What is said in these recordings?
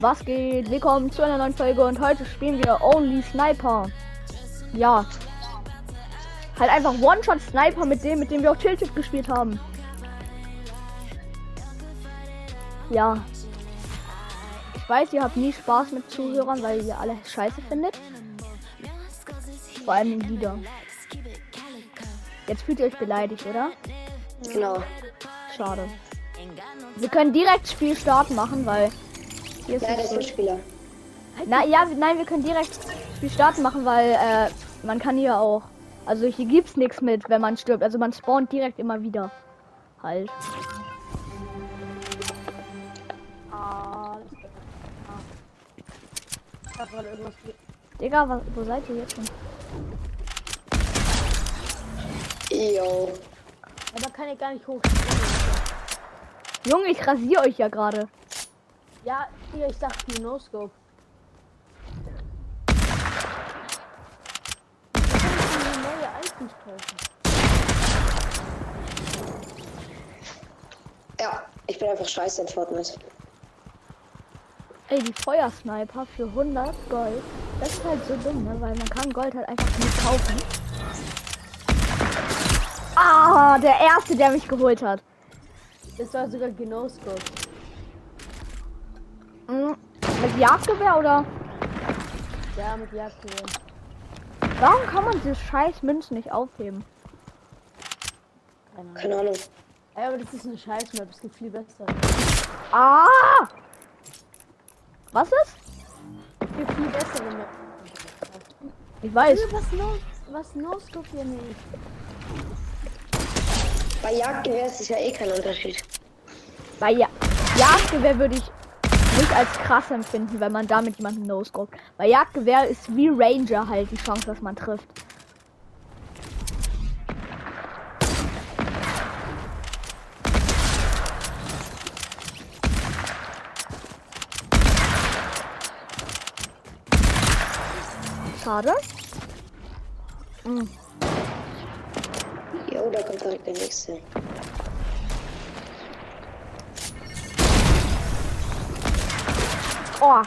Was geht? Willkommen zu einer neuen Folge und heute spielen wir Only Sniper. Ja. Halt einfach One-Shot-Sniper mit dem wir auch Tilted gespielt haben. Ja. Ich weiß, ihr habt nie Spaß mit Zuhörern, weil ihr alle scheiße findet. Vor allem den Lieder. Jetzt fühlt ihr euch beleidigt, oder? Genau. Schade. Wir können direkt Spiel starten machen, weil hier ist Ja, der so. Mitspieler. Nein, wir können direkt Spiel starten machen, weil man kann hier auch, also hier gibt's nichts mit, wenn man stirbt. Also man spawnt direkt immer wieder. Halt. Digga, wo seid ihr jetzt schon? Jo. Aber kann ich gar nicht hoch. Junge, ich rasiere euch ja gerade. Ja, hier, ich dachte mir No-Scope. Ich kann mir neue Items kaufen. Ja, ich bin einfach scheiße in Fortnite. Ey, die Feuersniper für 100 Gold. Das ist halt so dumm, ne? Weil man kann Gold halt einfach nicht kaufen. Ah, der erste, der mich geholt hat. Das war sogar No-Scope. Mit Jagdgewehr oder? Ja, mit Jagdgewehr. Warum kann man diese scheiß Münzen nicht aufheben? Keine Ahnung. Ey, aber das ist eine Scheiß-Map, es gibt viel besser. Ah! Was ist? Es gibt viel bessere Map. Ich weiß. Was No-Scope hier nicht? Bei Jagdgewehr ist es ja eh kein Unterschied. Bei Jagdgewehr würde ich nicht als krass empfinden, wenn man damit jemanden no-scoped. Bei Jagdgewehr ist wie Ranger halt die Chance, dass man trifft. Schade. Jo, da kommt direkt der nächste. Oh.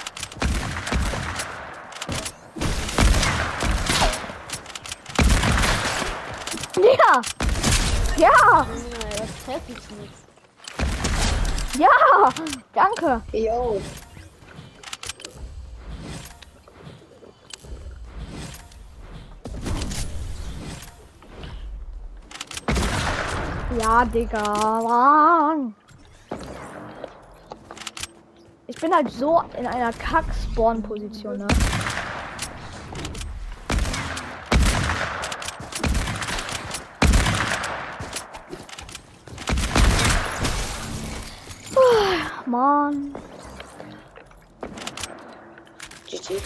Ja. Ja. Ja, das treffe ich nicht. Ja. Danke. Jo. Ja, Digga. Mann. Ich bin halt so in einer Kack-Spawn-Position, ne? Mann. GG.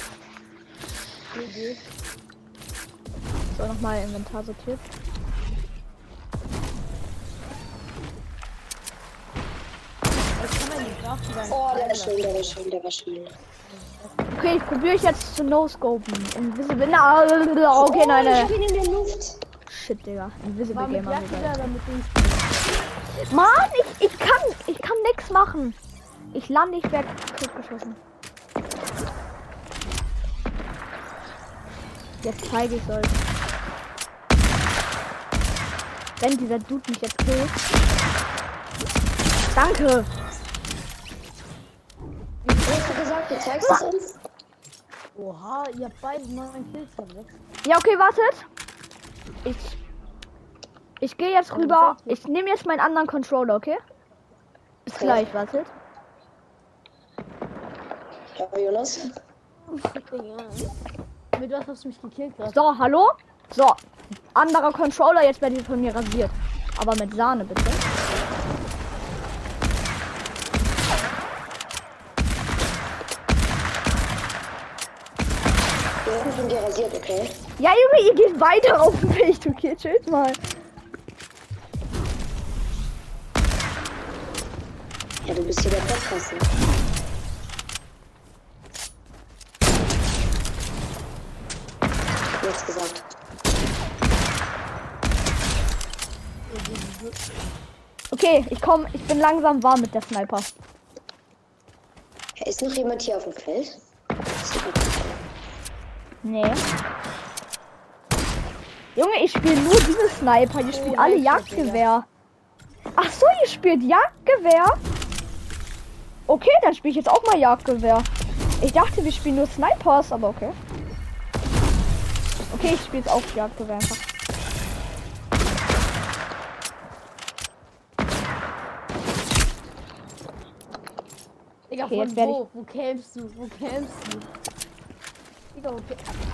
So, nochmal Inventar sortiert. Das kann man nicht drauf. Oh, der war schön. Okay, ich probiere ich jetzt zu no-scopen. Invisible. Na, okay, nein. Ich bin in der Luft. Shit, Digga. Invisible War mit Gamer. Jagdgewehr oder mit Dings? Mann, ich kann nix machen. Ich lande, ich werde totgeschossen. Jetzt zeige ich euch. Wenn dieser Dude mich jetzt killt. Danke. Du hast gesagt, du zeigst es uns? Oha, ihr habt beide 9 Kills verletzt. Ja, okay, wartet. Ich gehe jetzt rüber. Ich nehme jetzt meinen anderen Controller, okay? Bis gleich, wartet. Ja, Jonas. Mit was hast du mich gekillt gerade? So, hallo? So, anderer Controller, jetzt werde ich von mir rasiert. Aber mit Sahne, bitte. Wir sind von dir rasiert, okay? Ja, Junge, ihr geht weiter auf den Weg, okay? Chillt mal. Ja, du bist hier der Podcaster. Jetzt gesagt. Okay, ich bin langsam warm mit der Sniper. Ist noch jemand hier auf dem Feld? Nee. Junge, ich spiele nur diese Sniper. Die spielen alle Jagdgewehr. Ach so, ihr spielt Jagdgewehr? Okay, dann spiele ich jetzt auch mal Jagdgewehr. Ich dachte, wir spielen nur Snipers, aber okay. Okay, ich spiele jetzt auch Jagdgewehr einfach. Digga, Okay, von jetzt werd wo? Wo campst du? Wo campst du? Digga, okay.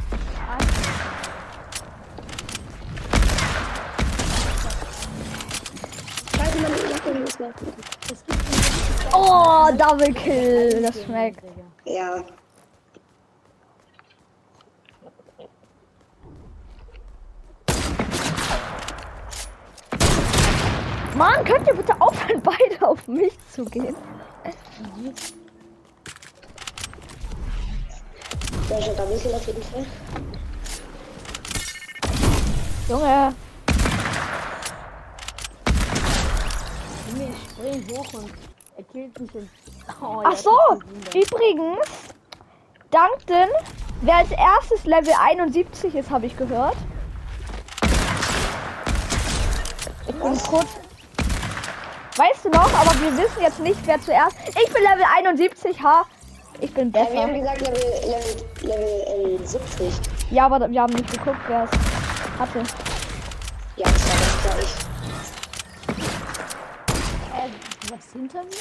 Scheiße, meine Jacke ist weg. Es gibt Oh, Double Kill. Das schmeckt. Ja. Mann, könnt ihr bitte aufhören, beide auf mich zu gehen? Da ist ein Double Kill auf jeden Fall. Junge. Ich spring hoch und er killt mich und... Oh, Ach so, übrigens, Dankten, wer als erstes Level 71 ist, habe ich gehört. Ich bin kurz. Weißt du noch, aber wir wissen jetzt nicht, wer zuerst. Ich bin Level 71, ha. Ich bin Ja, wir haben besser. gesagt Level 70. Ja, aber wir haben nicht geguckt, wer es hatte. Ja, das war ich. Was hinter mir?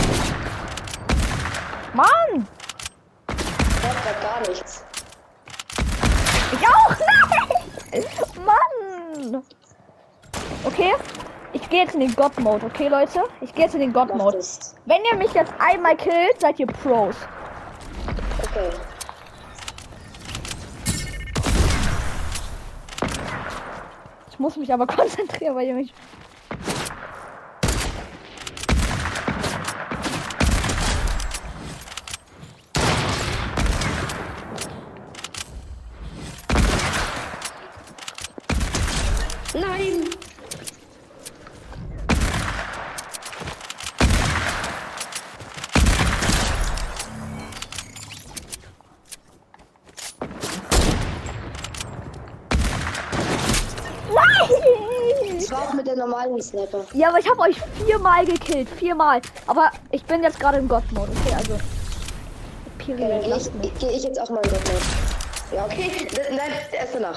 Mann! Ich hab grad gar nichts. Ich auch! Nein! Mann! Okay, ich gehe jetzt in den God-Mode, okay, Leute? Ich gehe jetzt in den Mach God-Mode. das. Wenn ihr mich jetzt einmal killt, seid ihr Pros. Okay. Ich muss mich aber konzentrieren, weil ihr mich... Nein! Nein! Das war auch mit der normalen Sniper. Ja, aber ich habe euch 4-mal gekillt. 4-mal. Aber ich bin jetzt gerade im God-Mode, okay? Also... Okay, Period, dann lasst mich. geh ich jetzt auch mal in Gott. Ja, okay. Nein, erst danach.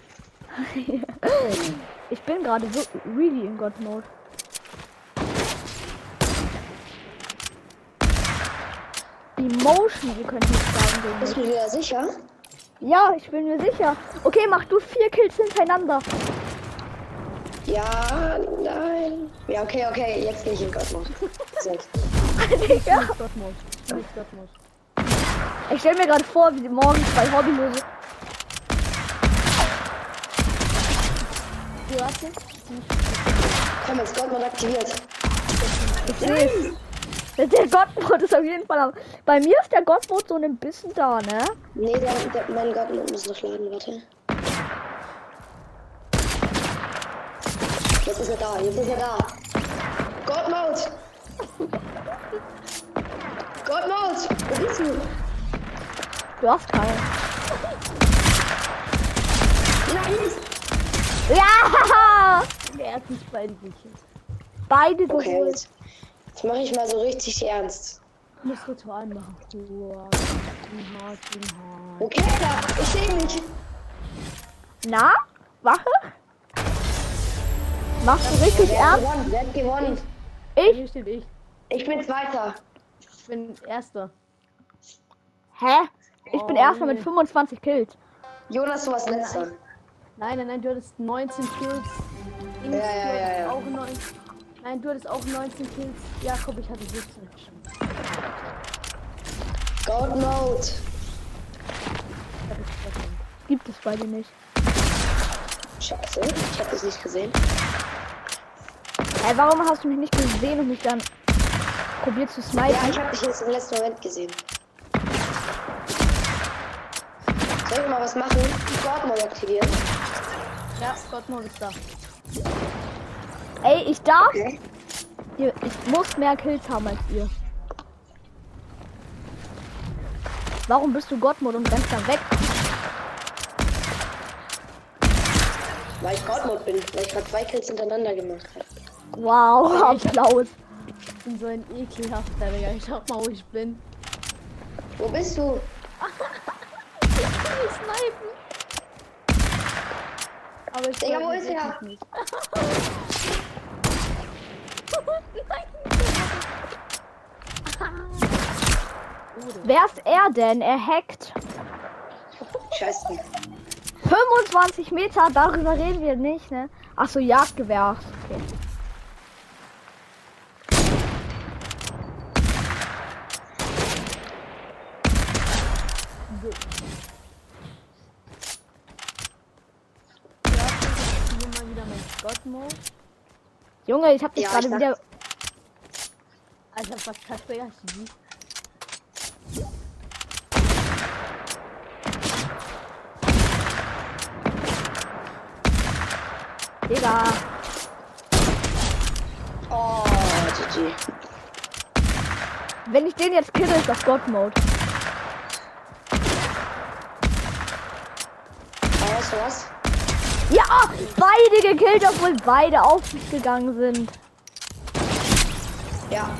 Ich bin gerade so really in God-Mode. Emotion, ihr könnt nicht sagen gegen Bist mich. du dir sicher? Ja, ich bin mir sicher. Okay, mach du 4 Kills hintereinander. Ja, nein. Ja, okay. Jetzt gehe ich in Gott. So. Digga. Nicht God-Mode. Nicht God-Mode. Ich stell mir gerade vor, wie morgen 2 Hobbylose. Du hast jetzt? Komm, jetzt Gott mal aktiviert. Ich sehe es. Der God-Mode ist auf jeden Fall am... Bei mir ist der God-Mode so ein bisschen da, ne? Nee, mein Gott muss noch laden, warte. Jetzt ist er da. God Mode! God Mode! Wo bist du? Du hast keinen. Nein! Ja! Er hat mich beide gekillt. Beide Okay, geholt. jetzt mache ich mal so richtig ernst. Ich muss Ritual machen. Wow. Hart. Okay, da, ich sehe mich. Na? Wache? Machst du richtig ernst? Wer hat gewonnen? Ich? Hier steht ich. Ich bin Zweiter. Ich bin Erster. Hä? Ich bin Oh, erster mit nee. 25 Kills. Jonas, du warst Letzter. Nein, du hattest 19 Kills. Ings, Ja. du hattest auch 19. Nein, du hattest auch 19 Kills. Jakob, ich hatte 17. God Mode. Gibt es bei dir nicht. Scheiße, ich hab das nicht gesehen. Hey, warum hast du mich nicht gesehen und mich dann probiert zu snipen? Ja, ich hab dich jetzt im letzten Moment gesehen. Soll ich mal was machen? God Mode aktivieren. Ja, Gottmod ist da. Ey, ich darf. Okay. Ich muss mehr Kills haben als ihr. Warum bist du Gottmod und rennst da weg? Weil ich Godmode bin, weil ich gerade 2 Kills hintereinander gemacht habe. Wow, Applaus. Ich bin so ein ekelhafter, Digga. Ich schau mal, wo ich bin. Wo bist du? Ich kann nicht snipen. Aber ich Digga, kann wo ihn ist er? wirklich nicht. Nein. Wer ist er denn? Er hackt. Scheiße. 25 Meter, darüber reden wir nicht, ne? Ach so, Jagdgewehr. Okay. Ja, ich nehme mal wieder mein God-Mode. Junge, ich hab dich Ja, gerade ich wieder. Alter, was kannst du ja schießen? Digga. Oh, GG. Wenn ich den jetzt kille, ist das God-Mode. Weißt du was? Ja, beide gekillt, obwohl beide auf mich gegangen sind. Ja.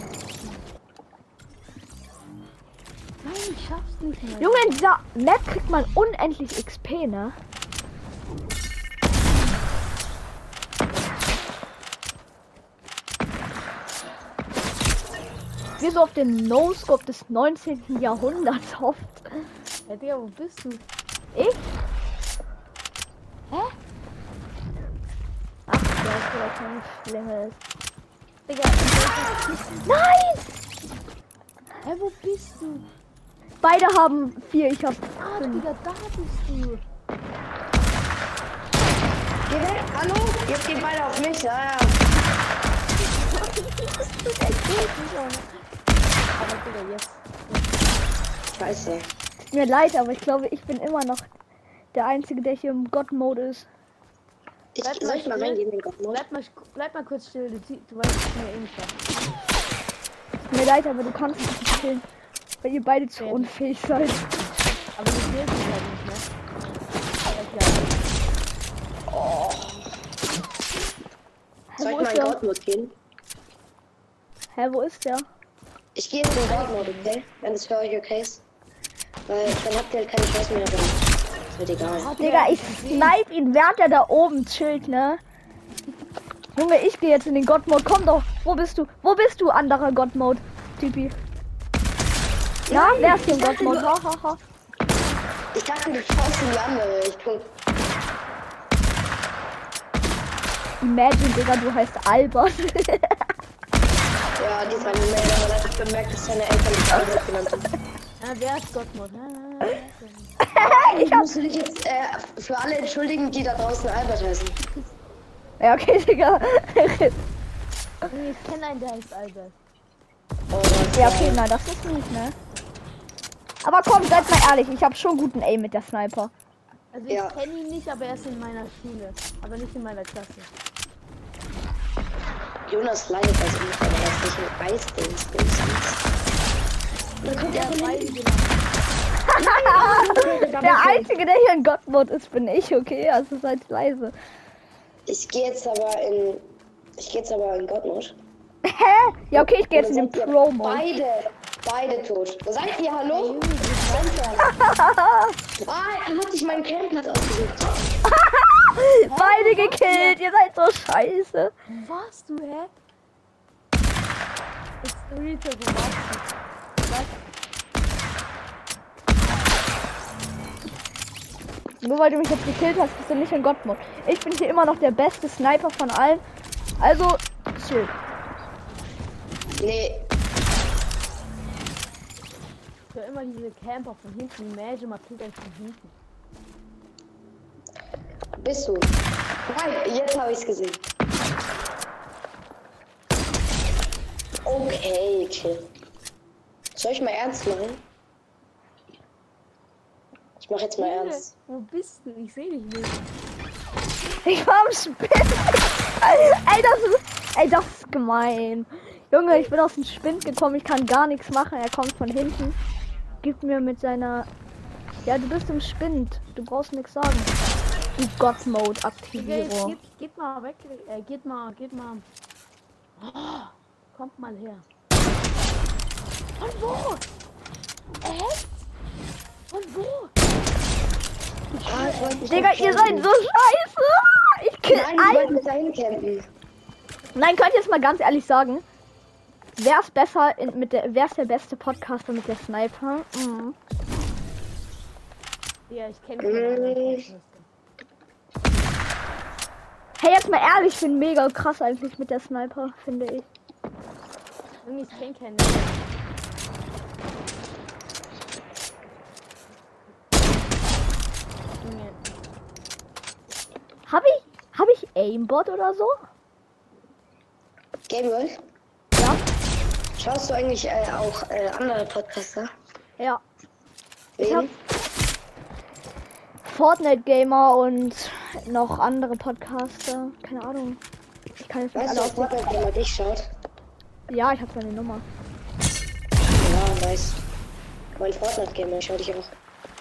Nein, ich schaff's nicht mehr. Junge, in dieser Map kriegt man unendlich XP, ne? Wie so auf den No-Scope des 19. Jahrhunderts hofft. Hey, Digga, wo bist du? Ich? Hä? Ach, der ist wieder kein Schlimmes. Digga, Nein! hey, wo bist du? Beide haben 4, ich hab Ah, 5. Digga, da bist du. Geh weg. Hallo? Jetzt geht beide auf mich. Ja, ja. Aber Digga, jetzt. Scheiße. Tut mir leid, aber ich glaube, ich bin immer noch der Einzige, der hier im God-Mode ist. Soll ich mal reingehen in den Godmode? Bleib mal kurz still, du weißt, ich mir eh nicht schaffen. Tut mir leid, aber du kannst mich nicht killen, weil ihr beide zu unfähig seid. Aber du willst es halt nicht, ne? Ja, Oh. Hä, Soll ich wo mal ist in der? Godmode gehen? Hä, wo ist der? Ich gehe jetzt in Godmode, okay? Wenn es für euch okay ist. Weil dann habt ihr halt keine Chance mehr. Dann ist halt egal. Digga, ich snipe ihn, während er da oben chillt, ne? Junge, ich gehe jetzt in den God-Mode. Komm doch. Wo bist du? Wo bist du, anderer God-Mode? Typi. Ja, wer ist hier im ich dachte, God-Mode? du- Ha, ha, ha. Ich dachte, du schaust in die andere Richtung. Imagine, Digga, du heißt Albert. Ja, die ist meine Mail, aber dann hat bemerkt, dass seine Eltern dich Albert genannt haben. Ah, wer ist Gottmod? Ich musste dich jetzt für alle entschuldigen, die da draußen Albert heißen. Ja, okay, Digga. Ich kenne einen, der heißt Albert. Oh Gott, Ja, okay, nein, das ist nicht, ne? Aber komm, seid mal ehrlich, ich habe schon guten Aim mit der Sniper. Also ich Ja. kenne ihn nicht, aber er ist in meiner Schule. Aber nicht in meiner Klasse. Jonas leidet also nicht, aber er ist nicht im Eisdings. Da kommt er von Beide hinten. genau. Der Einzige, der hier in God-Mode ist, bin ich, okay? Also seid leise. Ich gehe jetzt aber in Godmode. Hä? Ja, okay, ich gehe jetzt in den Seid ihr Pro-Mode. Beide tot. Wo seid ihr? Hallo? Ah, er hat sich meinen Campplatz ausgesucht. Beide gekillt, ihr seid so scheiße. Was, du, hä? It's Rita, wo warst du? Was? Nur weil du mich jetzt gekillt hast, bist du nicht in God-Mode. Ich bin hier immer noch der beste Sniper von allen. Also, chill. Nee, Ich höre immer diese Camper von hinten. Imagine mal tut euch von hinten. bist du. Nein, jetzt habe ich es gesehen. Okay, chill. Soll ich mal ernst machen? Ich mache jetzt mal ernst. Wo bist du? Ich sehe dich nicht. Ich war am Spinnen. Ey, das ist gemein. Junge, ich bin aus dem Spind gekommen, ich kann gar nichts machen. Er kommt von hinten. gibt mir mit seiner... Ja, du bist im Spind. Du brauchst nichts sagen. Die God-Mode-Aktivierung. Geht mal weg. Geht mal. Oh, kommt mal her. Von wo? Echt? Von wo? Ah, ich wollte nicht Digga, ihr seid campen. so scheiße. Ich kill Nein, ich wollte einen. nicht dahin campen. Nein, könnt ihr jetzt mal ganz ehrlich sagen? Wer ist besser wer ist der beste Podcaster mit der Sniper? Mhm. Ja, ich kenne keinen. Hey, jetzt mal ehrlich, ich bin mega krass eigentlich mit der Sniper, finde ich. Junge, ich kenne keinen. Junge, Hab ich Aimbot oder so? Gameworld? Ja. Schaust du eigentlich auch andere Podcaster? Ja. Ich hab Wen? Fortnite Gamer und noch andere Podcaster. Keine Ahnung. Ich kann jetzt nicht Weißt alle du, ob aufzählen. Fortnite jemand dich schaut? Ja, ich habe seine Nummer. Ja, weiß. Mein Fortnite-Gamer schaut dich auch.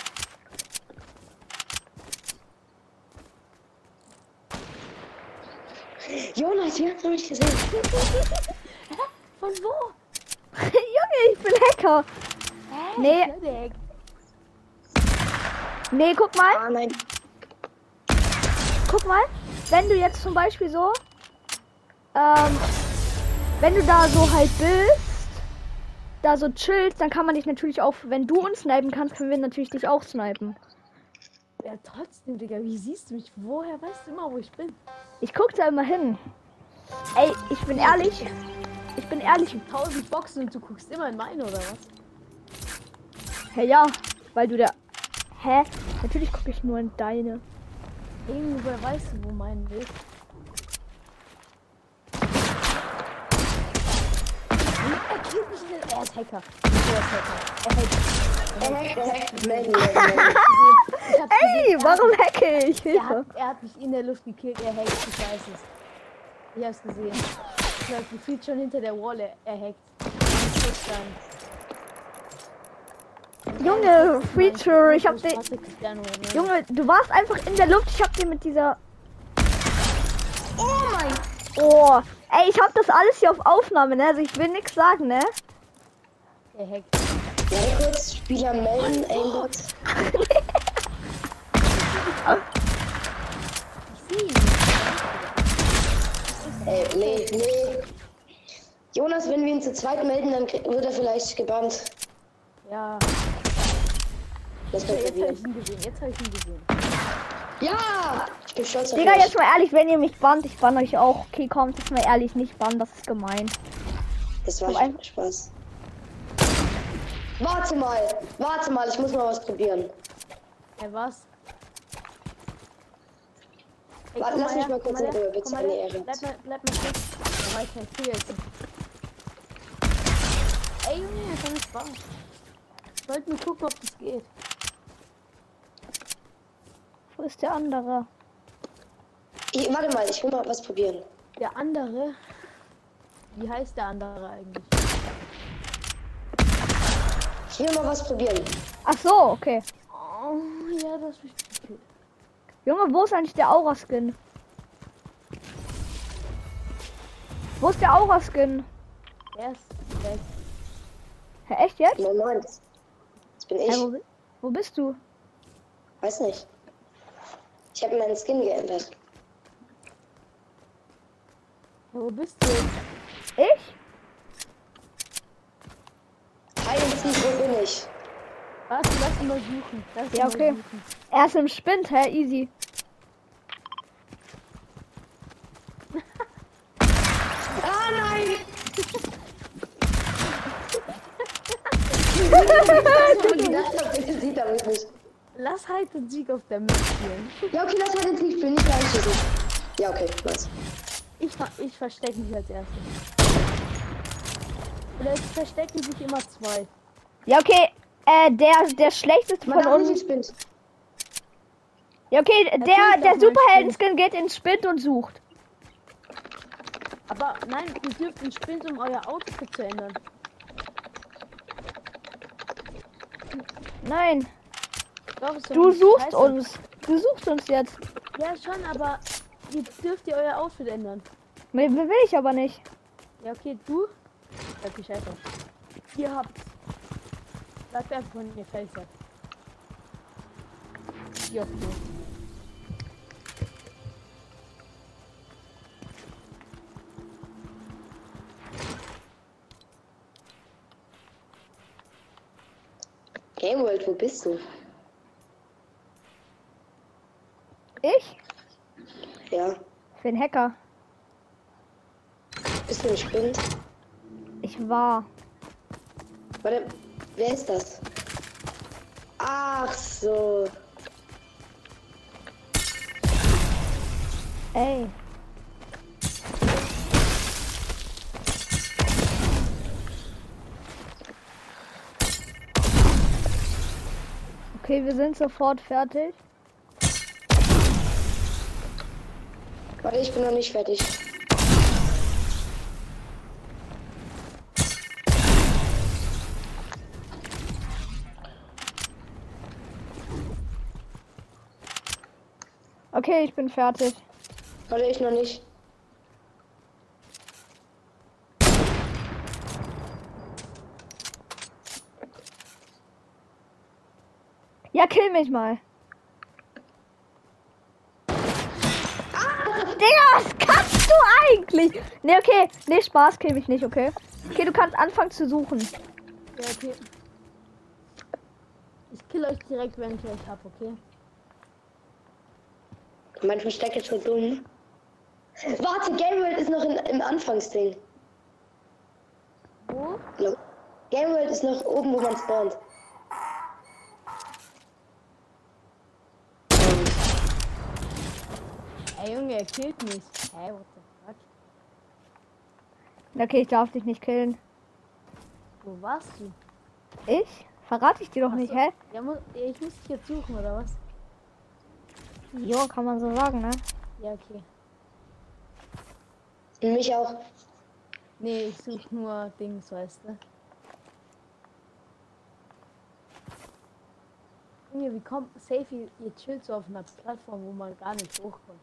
Jonas, wie hast du mich gesehen? von wo? Junge, ich bin Hacker. Nee. Direkt. Nee, guck mal. Ah, nein. Guck mal. Wenn du jetzt zum Beispiel so, wenn du da so halt bist, da so chillst, dann kann man dich natürlich auch, wenn du uns snipen kannst, können wir natürlich dich auch snipen. Ja, trotzdem, Digga, wie siehst du mich? Woher weißt du immer, wo ich bin? Ich guck da immer hin. Ey, ich bin ehrlich. 1000 Boxen und du guckst immer in meine, oder was? Hey, ja, weil du der... Hä? Natürlich gucke ich nur in deine. Irgendwoher weißt du, wo mein ist. Er killt mich nicht. Er ist Hacker. Er ist Hacker. Er hackt. Er hackt, melden. Ich hab's Ey, gesehen. warum hacke ich? Er Hilfe. hat mich in der Luft gekillt. Er hackt. Ich weiß es. Ich hab's gesehen. Ich läuft gefühlt schon hinter der Wall. Er hackt. Junge, Feature, ich hab den... Junge, du warst einfach in der Luft. Ich hab den mit dieser... Oh mein... Oh, ey, ich hab das alles hier auf Aufnahme, ne? Also ich will nichts sagen, ne? Er hackt. Warte kurz, Spieler melden, Aimbot. Ich sehe ihn. Ey, nee. Jonas, wenn wir ihn zu zweit melden, dann wird er vielleicht gebannt. Ja. Lass mal Jetzt habe probieren. ich ihn gesehen. Jetzt habe ich ihn gesehen. Ja! Ich bin stolz auf Digga, dich. jetzt mal ehrlich, wenn ihr mich bannt, ich bann euch auch. Okay, kommt, jetzt mal ehrlich, nicht bannen, das ist gemein. Das war Ein- Spaß. Warte mal, ich muss mal was probieren. Er was? Ey, Warte, komm lass mich mal kurz komm in Ruhe, her, bitte, komm eine her. Ehre. Bleib mal stehen. Oh, ich kann viel jetzt. Ey, Junge, das ist Spaß. Ich wollte nur gucken, ob das geht. Wo ist der andere? Warte mal, ich will mal was probieren. Der andere? Wie heißt der andere eigentlich? Ich will mal was probieren. Ach so, okay. Oh, ja, das ist richtig. Junge, wo ist eigentlich der Aura-Skin? Wo ist der Aura-Skin? Er ist weg. Hä, echt jetzt? Moment. Das bin Hä, ich. wo bist du? Weiß nicht. Ich habe meinen Skin geändert. Ja, wo bist du jetzt? Ich? Wo bin ich? Was? Lass ihn mal suchen. Lass ihn Ja, mal okay. suchen. Er ist im Spind, hä? Easy. Ah nein! Ich gedacht, bitte sieht er mich nicht. Lass halt den Sieg auf der Map spielen. Ja, okay, lass mal den Sieg spielen, nicht reinschießen. Ja, okay, nice. Ich verstecke mich als erstes. Vielleicht verstecken sich immer zwei. Ja, okay. Der schlechteste Man von darf nicht uns. spinnt. Ja, okay, der darf man Superhelden-Skin geht ins Spind und sucht. Aber nein, ihr dürft einen Sprint, um euer Outfit zu ändern. Nein, Doch, ist doch du nicht suchst scheiße. uns. Du suchst uns jetzt. Ja, schon, aber ihr dürft ihr euer Outfit ändern. Will ich aber nicht. Ja, okay, du. Okay, scheiße. Ihr habt. Sagt einfach, wenn ihr fertig seid. Ja, okay. Game World, wo bist du? Ich? Ja. Ich bin Hacker. Bist du ein Spind? Ich war. Warte, wer ist das? Ach so. Ey. Okay, wir sind sofort fertig. Warte, ich bin noch nicht fertig. Okay, ich bin fertig. Warte, ich noch nicht. Ja, kill mich mal. Digga, was kannst du eigentlich? Nee, okay. Nee, Spaß, kill mich nicht, okay? Okay, du kannst anfangen zu suchen. Ja, okay. Ich kill euch direkt, wenn ich euch hab, okay? Mein Versteck ist so dumm. Warte, Game World ist noch im Anfangsding. Wo? Hallo? Game World ist noch oben, wo man spawnt. Ey, Junge, er killt mich. Hä, what the fuck? Okay, ich darf dich nicht killen. Wo warst du? Ich? Verrate ich dir doch nicht, so. hä? Ja, ich muss dich jetzt suchen, oder was? Jo, kann man so sagen, ne? Ja, okay. Mich auch. Nee, ich suche nur Dings, weißt du? Junge, wie kommt safe ihr chillt so auf einer Plattform, wo man gar nicht hochkommt.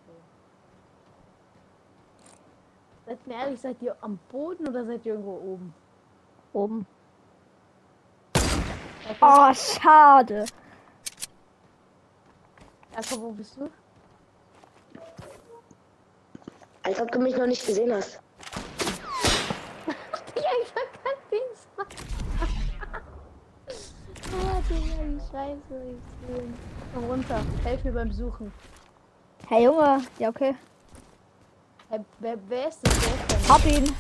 Ey. Seid mir ehrlich, seid ihr am Boden oder seid ihr irgendwo oben? Oben. Okay. Oh, schade. Jakob, wo bist du? Als ob du mich noch nicht gesehen hast. Ja, ich hab kein Dings. Oh, Digga, wie scheiße. Ich bin. Komm runter, helf mir beim Suchen. Hey Junge, ja okay. Hey, wer ist das? Wer ist denn? Hab ihn.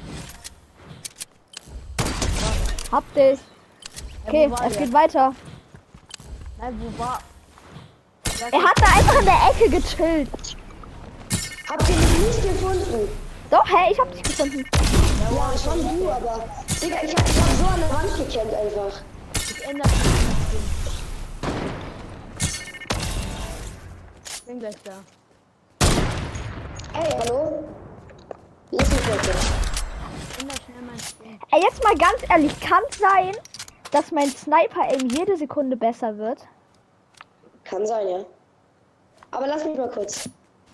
Hab dich. Okay, wo war es der? geht weiter. Nein, wo war? Er hat da einfach in der Ecke gechillt. Habt ihr mich nicht gefunden? Doch, hey, ich hab dich gefunden. Ja, schon du, aber. Digga, ich hab so an der Wand gekämmt einfach. Ich ändere das Ding. Ich bin gleich da. Ey, hallo? Lass mich bitte. Änder schnell mein Ding. Ey, jetzt mal ganz ehrlich, kann es sein, dass mein Sniper-Aim jede Sekunde besser wird? Kann sein, ja. Aber lass mich mal kurz.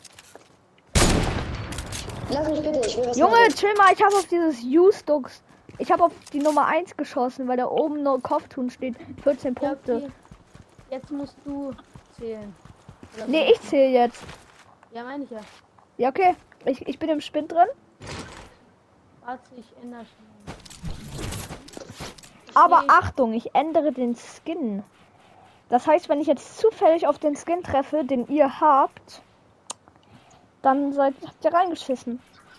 Lass mich bitte, ich will was Junge, machen. chill mal, ich habe auf dieses Ustux. Ich habe auf die Nummer 1 geschossen, weil da oben nur Kopftun steht. 14 Ja, Punkte. okay. Jetzt musst du zählen. Oder Nee, so. ich zähle jetzt. Ja, meine ich ja. Ja, okay. Ich bin im Spind drin. Warte, ich ändere schnell. Aber Okay, Achtung, ich ändere den Skin. Das heißt, wenn ich jetzt zufällig auf den Skin treffe, den ihr habt, dann habt ihr reingeschissen.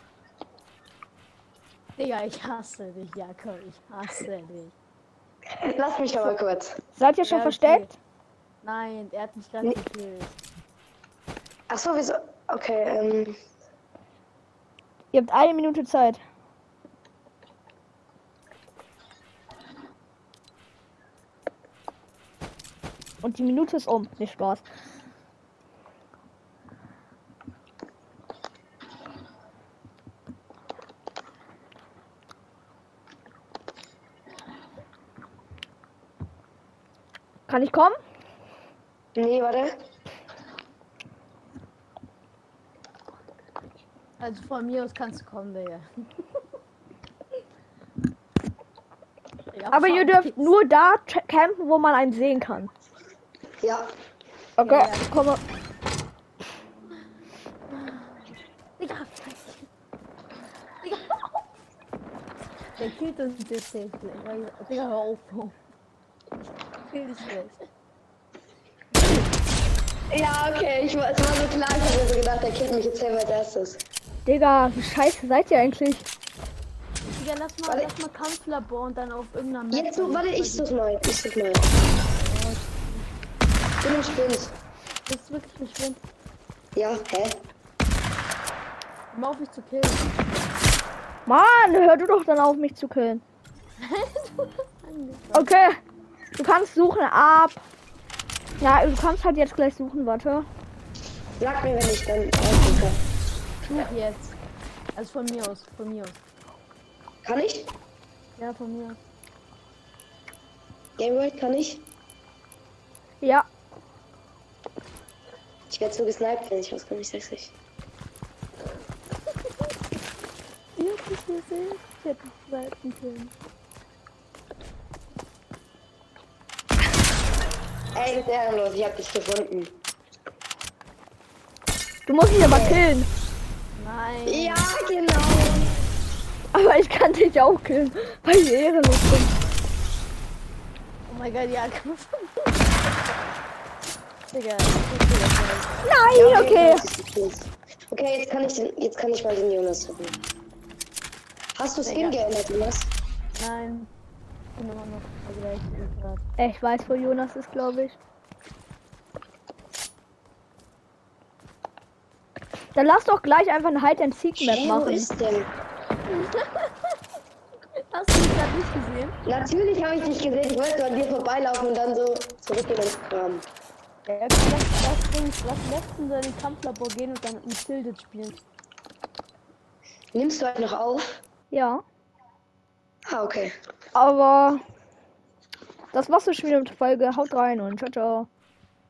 Digga, ich hasse dich, Jakob. Ich hasse dich. Lass mich aber kurz. Seid ihr schon Ja, okay. versteckt? Nein, er hat mich gerade Nee. gekillt. Ach so, wieso? Okay, Ihr habt 1 Minute Zeit. Und die Minute ist um. Nicht Spaß. Kann ich kommen? Nee, warte. Also von mir aus kannst du kommen, Digga. Ja, Aber ihr dürft nur da campen, wo man einen sehen kann. Ja. Okay, Ja, ja. ich komme. Digga, Digga. Der killt uns jetzt safe gleich. Digga, hör auf. Kill dich schlecht. Ja, okay, es war so klar, ich habe mir so gedacht, der killt mich jetzt selber als erstes. Digga, wie scheiße seid ihr eigentlich? Digga, lass mal Kampflabor und dann auf irgendeiner Map. Jetzt warte, ich such mal. Ich bin im Spind. Das ist wirklich ein Schwind. Ja, hä? Hör auf mich zu killen. Mann, hör du doch dann auf, mich zu killen. Okay, du kannst suchen ab. Ja, du kannst halt jetzt gleich suchen, warte. Sag mir, wenn ich dann aufrufe. Such jetzt. Also von mir aus. Kann ich? Ja, von mir aus. Gameworld kann ich? Ja, Ich werde so gesniped, wenn ich rauskomme, ich sag's euch. Ihr habt es gesehen? Ich hätte es zweiten können. Ey, ist ehrenlos, ich hab dich gefunden. du musst mich aber killen. Nein. Ja, genau. Aber ich kann dich auch killen, weil ich ehrenlos bin. Oh mein Gott, ja, komm. Digga, Nein, okay. Okay, jetzt kann ich mal den Jonas suchen. Hast du Skin geändert, Jonas? nein. Ich bin immer noch der gleiche gerade. Ich weiß, wo Jonas ist, glaube ich. Dann lass doch gleich einfach eine Hide-and-Seek-Map Hey, wo machen. ist denn? Hast du mich gerade nicht gesehen? Natürlich habe ich dich gesehen. Ich wollte an dir vorbeilaufen und dann so zurückgehen ins Kram. Ja, lass letztens in den Kampflabor gehen und dann mit Tilted spielen. Nimmst du halt noch auf? Ja, Ah, okay. aber das war's schon wieder mit der Folge. Haut rein und ciao, ciao.